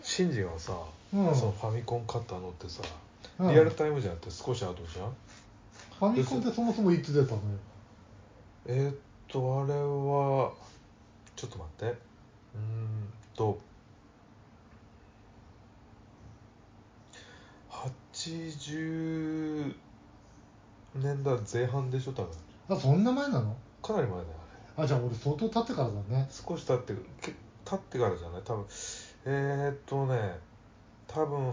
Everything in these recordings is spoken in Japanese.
シンジがさ、 うん、 そのファミコン買ったのってさ、 うん、 リアルタイムじゃなくて少し後じゃん。 ファミコンってそもそもいつ出たのよ。 あれはちょっと待って、80年代前半でしょ多分。 あ、そんな前なの？ かなり前だよあ、じゃあ俺相当経ってからだね。 少し経ってからじゃない多分。多分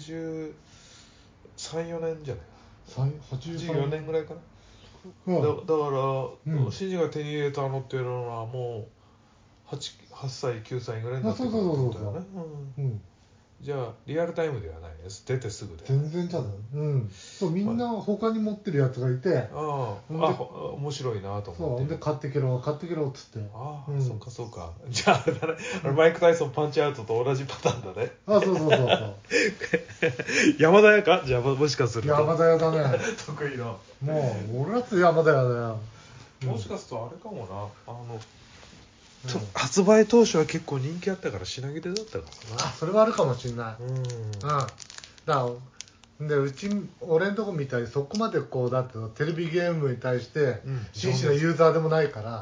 83、4年じゃない84年ぐらいかな、 うん、 だから、 うん、 シンジが手に入れたのっていうのはもう 8歳9歳ぐらいになってくるってことだよね。 うん、 じゃあリアルタイムではないです。出てすぐで。 全然ちゃう、そう、みんな他に持ってるやつがいて、 面白いなと思って。 そうで買ってけろっつって。 そうか。じゃああれだね、マイク・タイソンパンチアウトと同じパターンだね。 そう山田屋か、じゃあもしかすると山田屋だね。 得意の。 もう俺だって山田屋だよ。 もしかするとあれかもな、発売当初は結構人気あったから品切れだったからな。 それはあるかもしれない。だからで俺んとこみたいにそこまでこうだってテレビゲームに対して真摯なユーザーでもないから。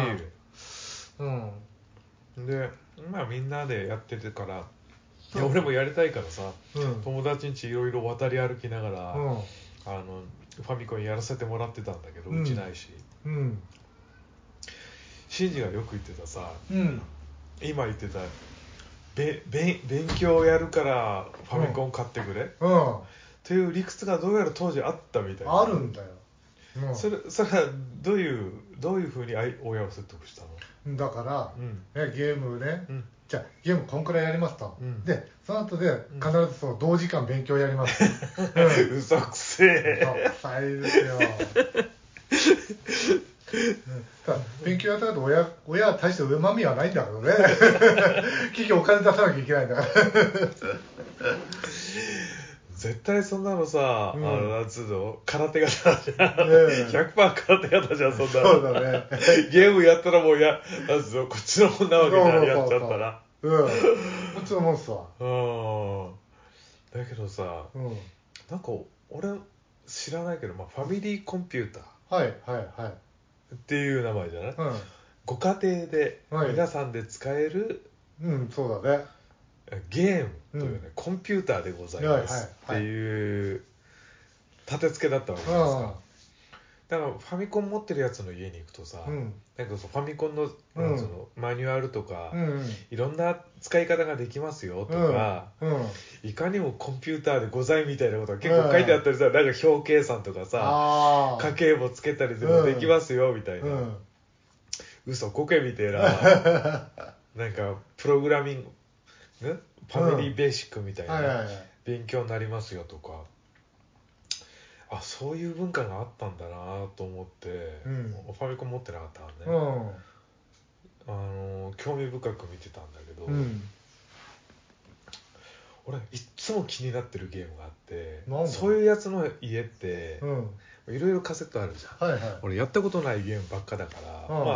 でまあみんなでやっててから、俺もやりたいからさ、友達ん家いろいろ渡り歩きながら、ファミコンやらせてもらってたんだけど、うちないし。シンジがよく言ってたさ、今言ってた勉強をやるからファミコン買ってくれ、っていう理屈がどうやら当時あったみたいな。 あるんだよ。 それはどういうふうに親を説得したの？ だから、ゲームね、じゃあゲームこんくらいやりますと、でその後で必ずその同時間勉強やります。 嘘くせえ。 嘘くさいですよ。勉強やったけど親は大してうまみはないんだけどね。結局お金出さなきゃいけないんだから。 絶対そんなのさ、なんつうの、空手型じゃん。100% 空手型じゃん、そんなの。 そうだね。 ゲームやったらもうなんつうの、こっちのもんなわけじゃん、やっちゃったら。 こっちのもんっすわ。 だけどさ、なんか俺知らないけど、ファミリーコンピューターっていう名前じゃない？ご家庭で皆さんで使える、 そうだね、 ゲームというね、コンピューターでございますっていう立て付けだったわけですか。だからファミコン持ってるやつの家に行くとさ、なんかファミコンの、マニュアルとか、いろんな使い方ができますよとか、いかにもコンピューターでございみたいなことが結構書いてあったりさ、なんか表計算とかさ、家計簿つけたりでもできますよみたいな、嘘こけみたいな、なんかプログラミング、ファミリーベーシックみたいな勉強になりますよとか、そういう文化があったんだなと思って、ファミコン持ってなかったからね、興味深く見てたんだけど、俺いっつも気になってるゲームがあって、そういうやつの家っていろいろカセットあるじゃん、俺やったことないゲームばっかだから、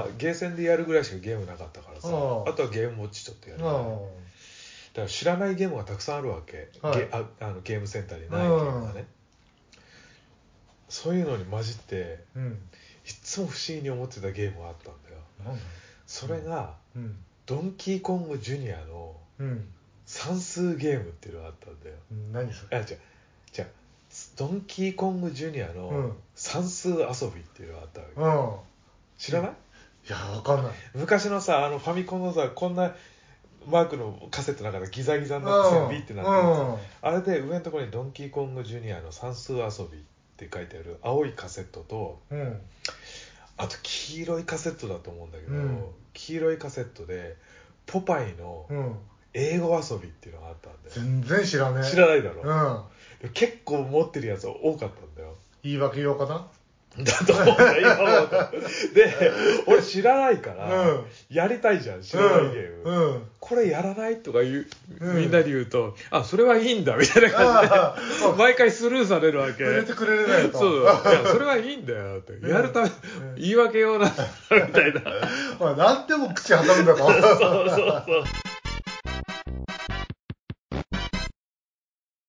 ゲーセンでやるぐらいしかゲームなかったからさ、あとはゲームウォッチちょっとやる、だから知らないゲームがたくさんあるわけ、ゲームセンターにないゲームがね、そういうのに混じって、いつも不思議に思ってたゲームがあったんだよ。それが、ドンキーコングジュニアの算数ゲームっていうのがあったんだよ。 何それ？ 違うドンキーコングジュニアの算数遊びっていうのがあったわけ。知らない？ いや、わかんない。 昔のさ、ファミコンのさ、こんなマークのカセットの中でギザギザになって線ビってなってるやつ、あれで上のところにドンキーコングジュニアの算数遊びって書いてある青いカセットと、あと黄色いカセットだと思うんだけど、黄色いカセットでポパイの英語遊びっていうのがあったんだよ。 全然知らねえ。 知らないだろ、結構持ってるやつ多かったんだよ。 言い訳ようかなだと思うんだよ、今思うと。で、俺知らないから、やりたいじゃん、知らないゲーム。これやらないとかみんなに言うと、それはいいんだ、みたいな感じで、毎回スルーされるわけ。 触れてくれるねと。 そう、いや、それはいいんだよ、って。やるため、言い訳用なんだ、みたいな。 なんでも口挟むんだと。 そう。